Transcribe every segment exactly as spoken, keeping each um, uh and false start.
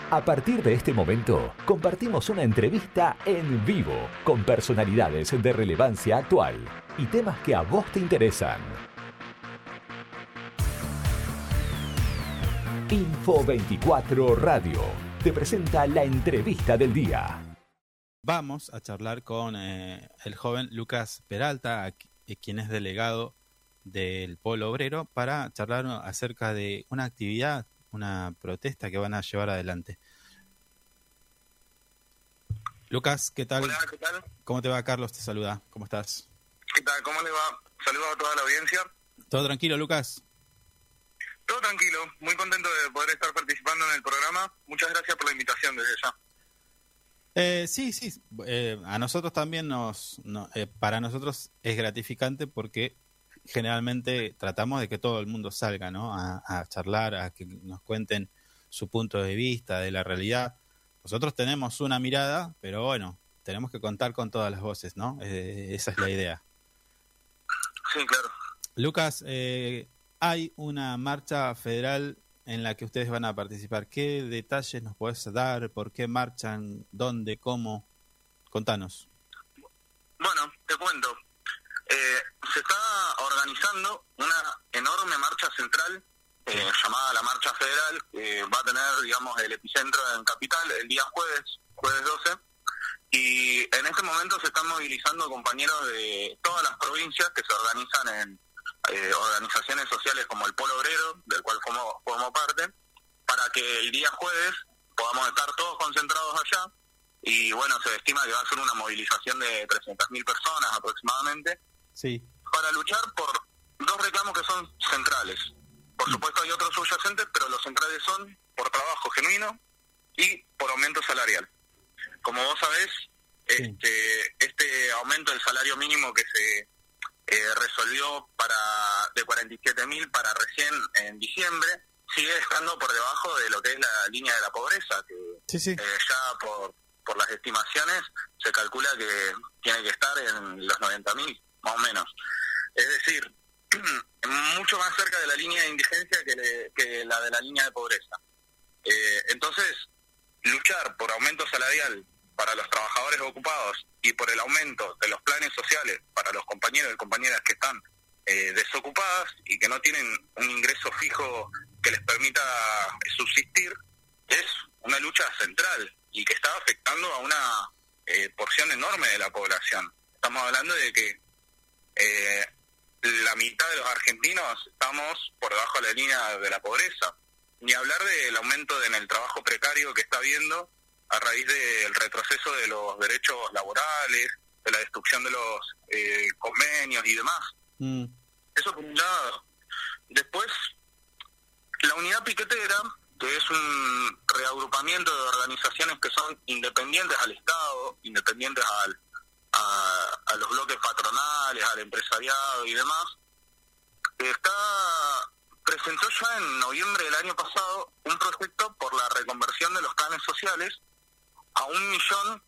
A partir de este momento, compartimos una entrevista en vivo con personalidades de relevancia actual y temas que a vos te interesan. Info veinticuatro Radio te presenta la entrevista del día. Vamos a charlar con eh, el joven Lucas Peralta, quien es delegado del Polo Obrero, para charlar acerca de una actividad, una protesta que van a llevar adelante. Lucas, ¿qué tal? Hola, ¿qué tal? ¿Cómo te va? Carlos te saluda. ¿Cómo estás? ¿Qué tal? ¿Cómo le va? Saludos a toda la audiencia. ¿Todo tranquilo, Lucas? Todo tranquilo, muy contento de poder estar participando en el programa. Muchas gracias por la invitación desde ya. Eh, sí, sí. Eh, a nosotros también nos, no, eh, para nosotros es gratificante porque generalmente tratamos de que todo el mundo salga, ¿no? A, a charlar, a que nos cuenten su punto de vista de la realidad. Nosotros tenemos una mirada, pero bueno, tenemos que contar con todas las voces, ¿no? Eh, esa es la idea. Sí, claro. Lucas, eh, hay una marcha federal en la que ustedes van a participar. ¿Qué detalles nos podés dar? ¿Por qué marchan? ¿Dónde? ¿Cómo? Contanos. Bueno, te cuento. Eh, se está organizando una enorme marcha central eh, llamada la Marcha Federal, que va a tener, digamos, el epicentro en Capital el día jueves, jueves doce, y en este momento se están movilizando compañeros de todas las provincias que se organizan en eh, organizaciones sociales como el Polo Obrero, del cual formo, formo parte, para que el día jueves podamos estar todos concentrados allá. Y bueno, se estima que va a ser una movilización de trescientas mil personas aproximadamente. Sí. Para luchar por dos reclamos que son centrales. Por supuesto hay otros subyacentes, pero los centrales son por trabajo genuino y por aumento salarial. Como vos sabés, sí. este, este aumento del salario mínimo que se eh, resolvió para de cuarenta y siete mil para recién en diciembre, sigue estando por debajo de lo que es la línea de la pobreza, que sí, sí. Eh, ya por, por las estimaciones se calcula que tiene que estar en los noventa mil, más o menos. Es decir, mucho más cerca de la línea de indigencia que, le, que la de la línea de pobreza. Eh, entonces, luchar por aumento salarial para los trabajadores ocupados y por el aumento de los planes sociales para los compañeros y compañeras que están eh, desocupadas y que no tienen un ingreso fijo que les permita subsistir, es una lucha central y que está afectando a una eh, porción enorme de la población. Estamos hablando de que eh, la mitad de los argentinos estamos por debajo de la línea de la pobreza. Ni hablar del aumento en el trabajo precario que está habiendo a raíz del retroceso de los derechos laborales, de la destrucción de los eh, convenios y demás. Mm. Eso por un lado. Después, la unidad piquetera, que es un reagrupamiento de organizaciones que son independientes al Estado, independientes al A, a los bloques patronales, al empresariado y demás, está presentó ya en noviembre del año pasado un proyecto por la reconversión de los planes sociales a un millón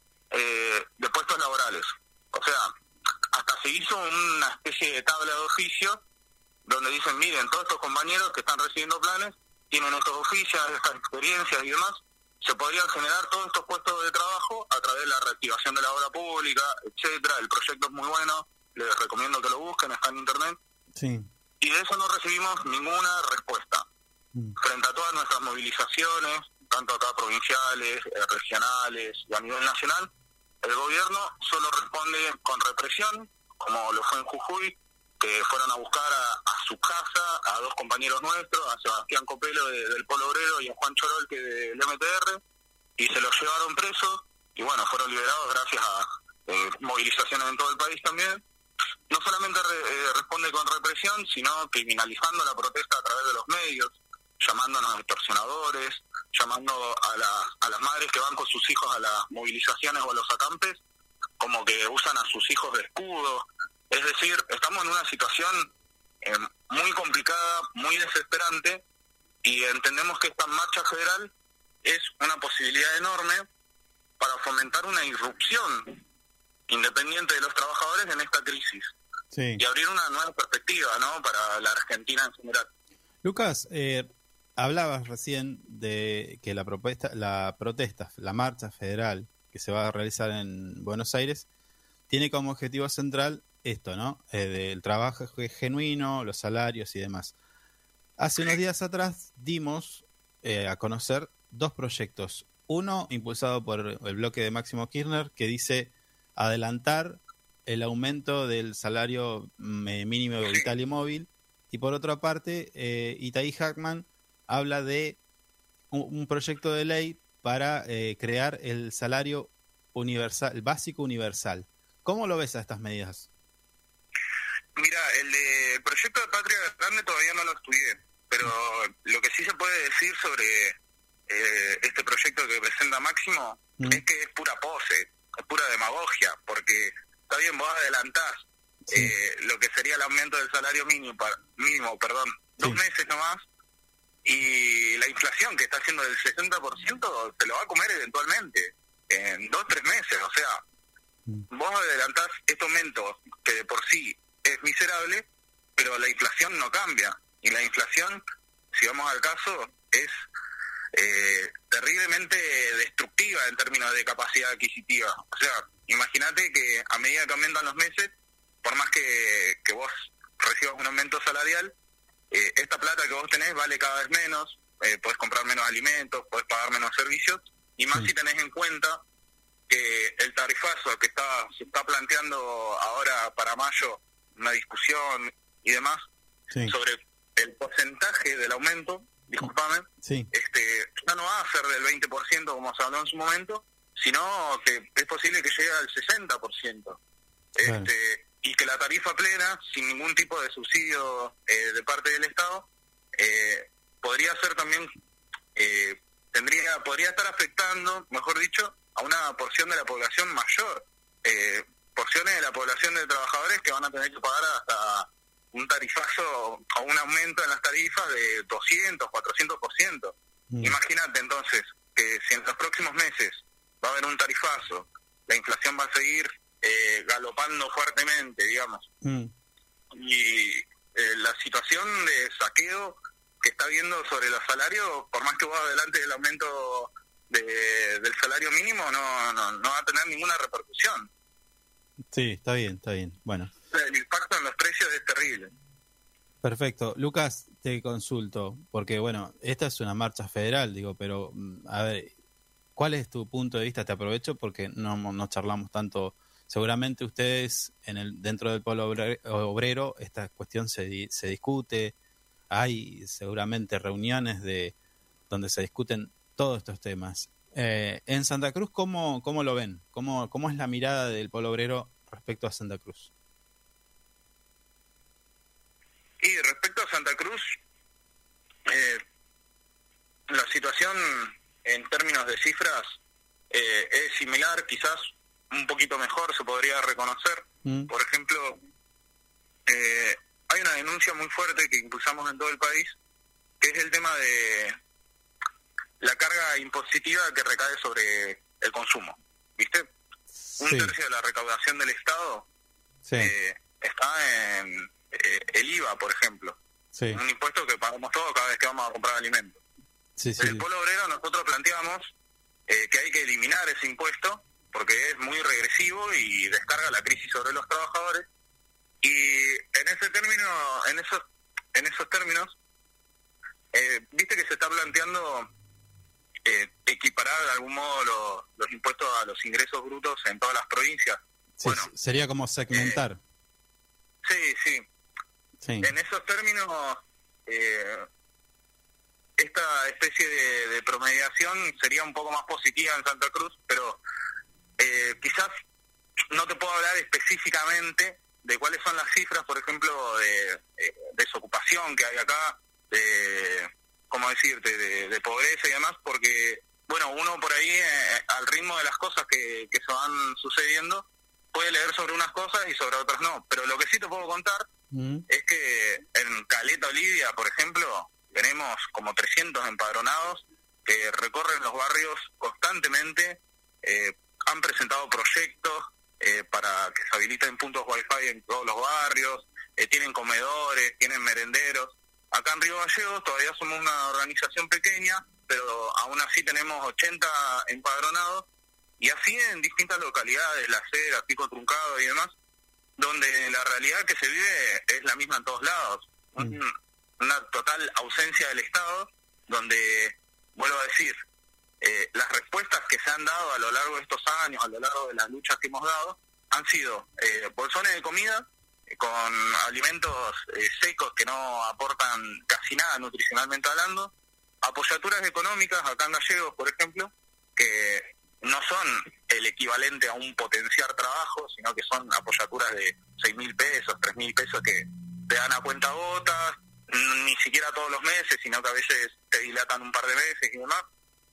eh, de puestos laborales. O sea, hasta se hizo una especie de tabla de oficios donde dicen, miren, todos estos compañeros que están recibiendo planes tienen estos oficios, estas experiencias y demás. Se podrían generar todos estos puestos de trabajo a través de la reactivación de la obra pública, etcétera. El proyecto es muy bueno, les recomiendo que lo busquen, está en internet. Sí. Y de eso no recibimos ninguna respuesta. Mm. Frente a todas nuestras movilizaciones, tanto acá provinciales, eh, regionales y a nivel nacional, el gobierno solo responde con represión, como lo fue en Jujuy, que fueron a buscar a, a su casa a dos compañeros nuestros, a Sebastián Copelo de, del Polo Obrero y a Juan Chorol, que del M T R, y se los llevaron presos, y bueno, fueron liberados gracias a eh, movilizaciones en todo el país también. No solamente re, eh, responde con represión, sino criminalizando la protesta a través de los medios, llamándonos extorsionadores, llamando a, la, a las madres que van con sus hijos a las movilizaciones o a los acampes, como que usan a sus hijos de escudo. Es decir, estamos en una situación eh, muy complicada, muy desesperante, y entendemos que esta marcha federal es una posibilidad enorme para fomentar una irrupción independiente de los trabajadores en esta crisis. Sí. Y abrir una nueva perspectiva, ¿no?, para la Argentina en general. Lucas, eh, hablabas recién de que la propuesta, la protesta, la marcha federal que se va a realizar en Buenos Aires tiene como objetivo central esto, ¿no? Eh, del trabajo genuino, los salarios y demás. Hace unos días atrás dimos eh, a conocer dos proyectos. Uno impulsado por el bloque de Máximo Kirchner que dice adelantar el aumento del salario eh, mínimo vital y móvil. Y por otra parte, eh, Itay Hackman habla de un, un proyecto de ley para eh, crear el salario universal, el básico universal. ¿Cómo lo ves a estas medidas? Mira, el, de, el proyecto de Patria Grande todavía no lo estudié, pero lo que sí se puede decir sobre eh, este proyecto que presenta Máximo mm. es que es pura pose, es pura demagogia, porque está bien, vos adelantás sí. eh, lo que sería el aumento del salario mínimo, mínimo perdón, dos sí. meses nomás, y la inflación que está haciendo del sesenta por ciento se lo va a comer eventualmente, en dos, tres meses, o sea, mm. vos adelantás este aumento que de por sí es miserable, pero la inflación no cambia, y la inflación, si vamos al caso, es eh, terriblemente destructiva en términos de capacidad adquisitiva. O sea, imagínate que a medida que aumentan los meses, por más que, que vos recibas un aumento salarial, eh, esta plata que vos tenés vale cada vez menos, eh, podés comprar menos alimentos, podés pagar menos servicios, y más sí. si tenés en cuenta que el tarifazo que está se está planteando ahora para mayo, una discusión y demás, sí. sobre el porcentaje del aumento, discúlpame, sí. este ya no va a ser del veinte por ciento como se habló en su momento, sino que es posible que llegue al sesenta por ciento. Claro. Este, y que la tarifa plena, sin ningún tipo de subsidio eh, de parte del Estado, eh, podría ser también, eh, tendría podría estar afectando, mejor dicho, a una porción de la población mayor, eh, porciones de la población de trabajadores que van a tener que pagar hasta un tarifazo o un aumento en las tarifas de doscientos, cuatrocientos por ciento. Mm. Imagínate entonces que si en los próximos meses va a haber un tarifazo, la inflación va a seguir eh, galopando fuertemente, digamos, mm. y eh, la situación de saqueo que está habiendo sobre los salarios, por más que vos adelante el aumento de, del salario mínimo, no, no, no va a tener ninguna repercusión. Sí, está bien, está bien. Bueno. El impacto en los precios es terrible. Perfecto. Lucas, te consulto, porque bueno, esta es una marcha federal, digo, pero a ver, ¿cuál es tu punto de vista? Te aprovecho porque no, no charlamos tanto. Seguramente ustedes en el dentro del polo obrero esta cuestión se, se discute, hay seguramente reuniones de donde se discuten todos estos temas. Eh, en Santa Cruz, ¿cómo, cómo lo ven? ¿Cómo, ¿Cómo es la mirada del polo obrero respecto a Santa Cruz? Y respecto a Santa Cruz, eh, la situación en términos de cifras eh, es similar, quizás un poquito mejor se podría reconocer. Mm. Por ejemplo, eh, hay una denuncia muy fuerte que impulsamos en todo el país, que es el tema de la carga impositiva que recae sobre el consumo, ¿viste? Sí. Un tercio de la recaudación del Estado sí. eh, está en eh, el I V A, por ejemplo. Sí. Un impuesto que pagamos todos cada vez que vamos a comprar alimentos. Sí, sí. El polo obrero nosotros planteamos eh, que hay que eliminar ese impuesto porque es muy regresivo y descarga la crisis sobre los trabajadores. Y en ese término, en esos, en esos términos, eh, viste que se está planteando Eh, equiparar de algún modo lo, los impuestos a los ingresos brutos en todas las provincias. Sí, bueno, sería como segmentar. Eh, sí, sí, sí. En esos términos, eh, esta especie de, de promediación sería un poco más positiva en Santa Cruz, pero eh, quizás no te puedo hablar específicamente de cuáles son las cifras, por ejemplo, de, de desocupación que hay acá, de... como decirte, de, de pobreza y demás, porque, bueno, uno por ahí, eh, al ritmo de las cosas que, que se van sucediendo, puede leer sobre unas cosas y sobre otras no. Pero lo que sí te puedo contar mm. es que en Caleta Olivia, por ejemplo, tenemos como trescientos empadronados que recorren los barrios constantemente, eh, han presentado proyectos eh, para que se habiliten puntos wifi en todos los barrios, eh, tienen comedores, tienen merenderos. Acá en Río Gallegos todavía somos una organización pequeña, pero aún así tenemos ochenta empadronados, y así en distintas localidades, La Cera, Pico Truncado y demás, donde la realidad que se vive es la misma en todos lados. Mm. Una total ausencia del Estado, donde, vuelvo a decir, eh, las respuestas que se han dado a lo largo de estos años, a lo largo de las luchas que hemos dado, han sido eh, bolsones de comida, eh, con alimentos eh, secos que no aportan casi nada nutricionalmente hablando, apoyaturas económicas acá en Gallegos, por ejemplo, que no son el equivalente a un potenciar trabajo, sino que son apoyaturas de seis mil pesos, tres mil pesos que te dan a cuenta gotas, ni siquiera todos los meses, sino que a veces te dilatan un par de meses y demás.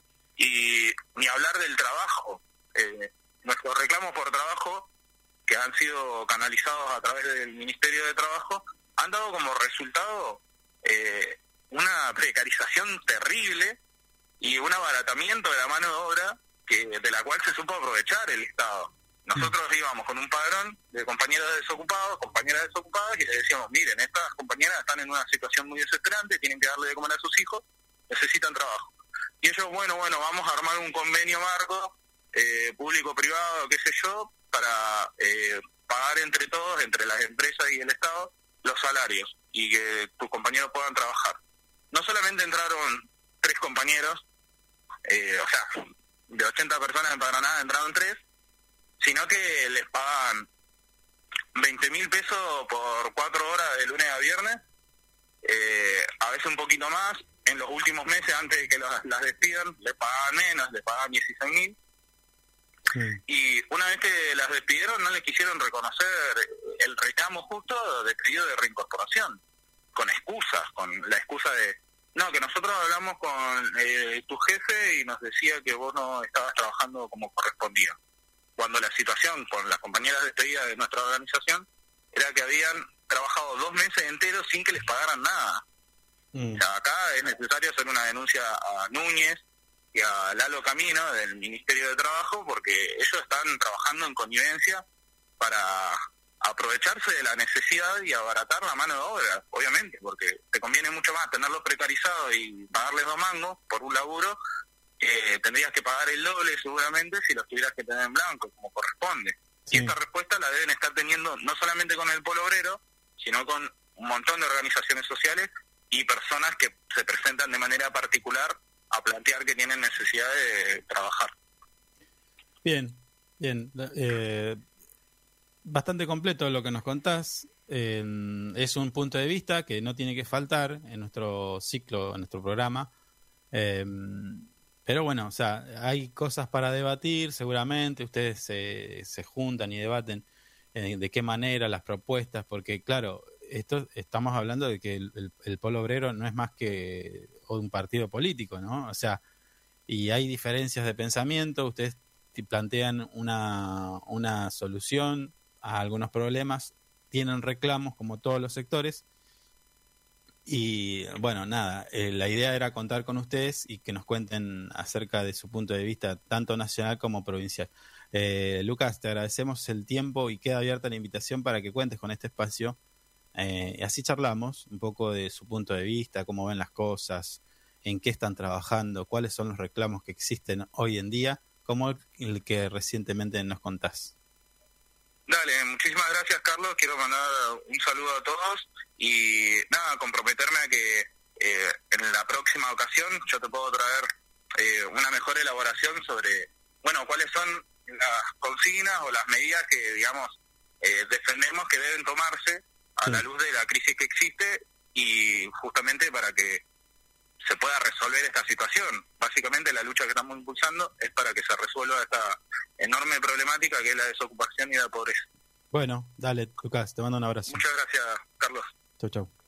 Y ni hablar del trabajo. Eh, nuestros reclamos por trabajo, que han sido canalizados a través del Ministerio de Trabajo, han dado como resultado eh, una precarización terrible y un abaratamiento de la mano de obra que de la cual se supo aprovechar el Estado. Nosotros íbamos con un padrón de compañeros desocupados, compañeras desocupadas, y les decíamos, miren, estas compañeras están en una situación muy desesperante, tienen que darle de comer a sus hijos, necesitan trabajo. Y ellos, bueno, bueno, vamos a armar un convenio marco, eh, público-privado, qué sé yo, para eh, pagar entre todos, entre las empresas y el Estado, los salarios, y que tus compañeros puedan trabajar. No solamente entraron tres compañeros, eh, o sea, de ochenta personas empadronadas entraron tres, sino que les pagan veinte mil pesos por cuatro horas de lunes a viernes, eh, a veces un poquito más. En los últimos meses, antes de que las, las despidan, les pagaban menos, les pagaban dieciséis mil. Sí. Y una vez que las despidieron, no les quisieron reconocer el reclamo justo de pedido de reincorporación, con excusas, con la excusa de, no, que nosotros hablamos con eh, tu jefe y nos decía que vos no estabas trabajando como correspondía. Cuando la situación con las compañeras despedidas de nuestra organización era que habían trabajado dos meses enteros sin que les pagaran nada. Mm. O sea, acá es necesario hacer una denuncia a Núñez y a Lalo Camino del Ministerio de Trabajo, porque ellos están trabajando en connivencia para aprovecharse de la necesidad y abaratar la mano de obra, obviamente, porque te conviene mucho más tenerlos precarizados y pagarles dos mangos por un laburo, que tendrías que pagar el doble seguramente si los tuvieras que tener en blanco, como corresponde. Sí. Y esta respuesta la deben estar teniendo no solamente con el Polo Obrero, sino con un montón de organizaciones sociales y personas que se presentan de manera particular a plantear que tienen necesidad de trabajar. Bien, bien. Eh, bastante completo lo que nos contás. Eh, es un punto de vista que no tiene que faltar en nuestro ciclo, en nuestro programa. Eh, pero bueno, o sea, hay cosas para debatir, seguramente. Ustedes se, se juntan y debaten eh, de qué manera las propuestas, porque claro, esto estamos hablando de que el, el, el Polo Obrero no es más que un partido político, ¿no? O sea, y hay diferencias de pensamiento, ustedes plantean una, una solución a algunos problemas, tienen reclamos como todos los sectores, y bueno, nada, eh, la idea era contar con ustedes y que nos cuenten acerca de su punto de vista, tanto nacional como provincial. Eh, Lucas, te agradecemos el tiempo y queda abierta la invitación para que cuentes con este espacio. Eh, y así charlamos un poco de su punto de vista, cómo ven las cosas, en qué están trabajando, cuáles son los reclamos que existen hoy en día, como el que recientemente nos contás. Dale, muchísimas gracias, Carlos. Quiero mandar un saludo a todos y nada, comprometerme a que eh, en la próxima ocasión yo te puedo traer eh, una mejor elaboración sobre, bueno, cuáles son las consignas o las medidas que, digamos, eh, defendemos que deben tomarse a sí. la luz de la crisis que existe y justamente para que se pueda resolver esta situación. Básicamente la lucha que estamos impulsando es para que se resuelva esta enorme problemática que es la desocupación y la pobreza. Bueno, dale, Lucas, te mando un abrazo. Muchas gracias, Carlos. Chau, chau.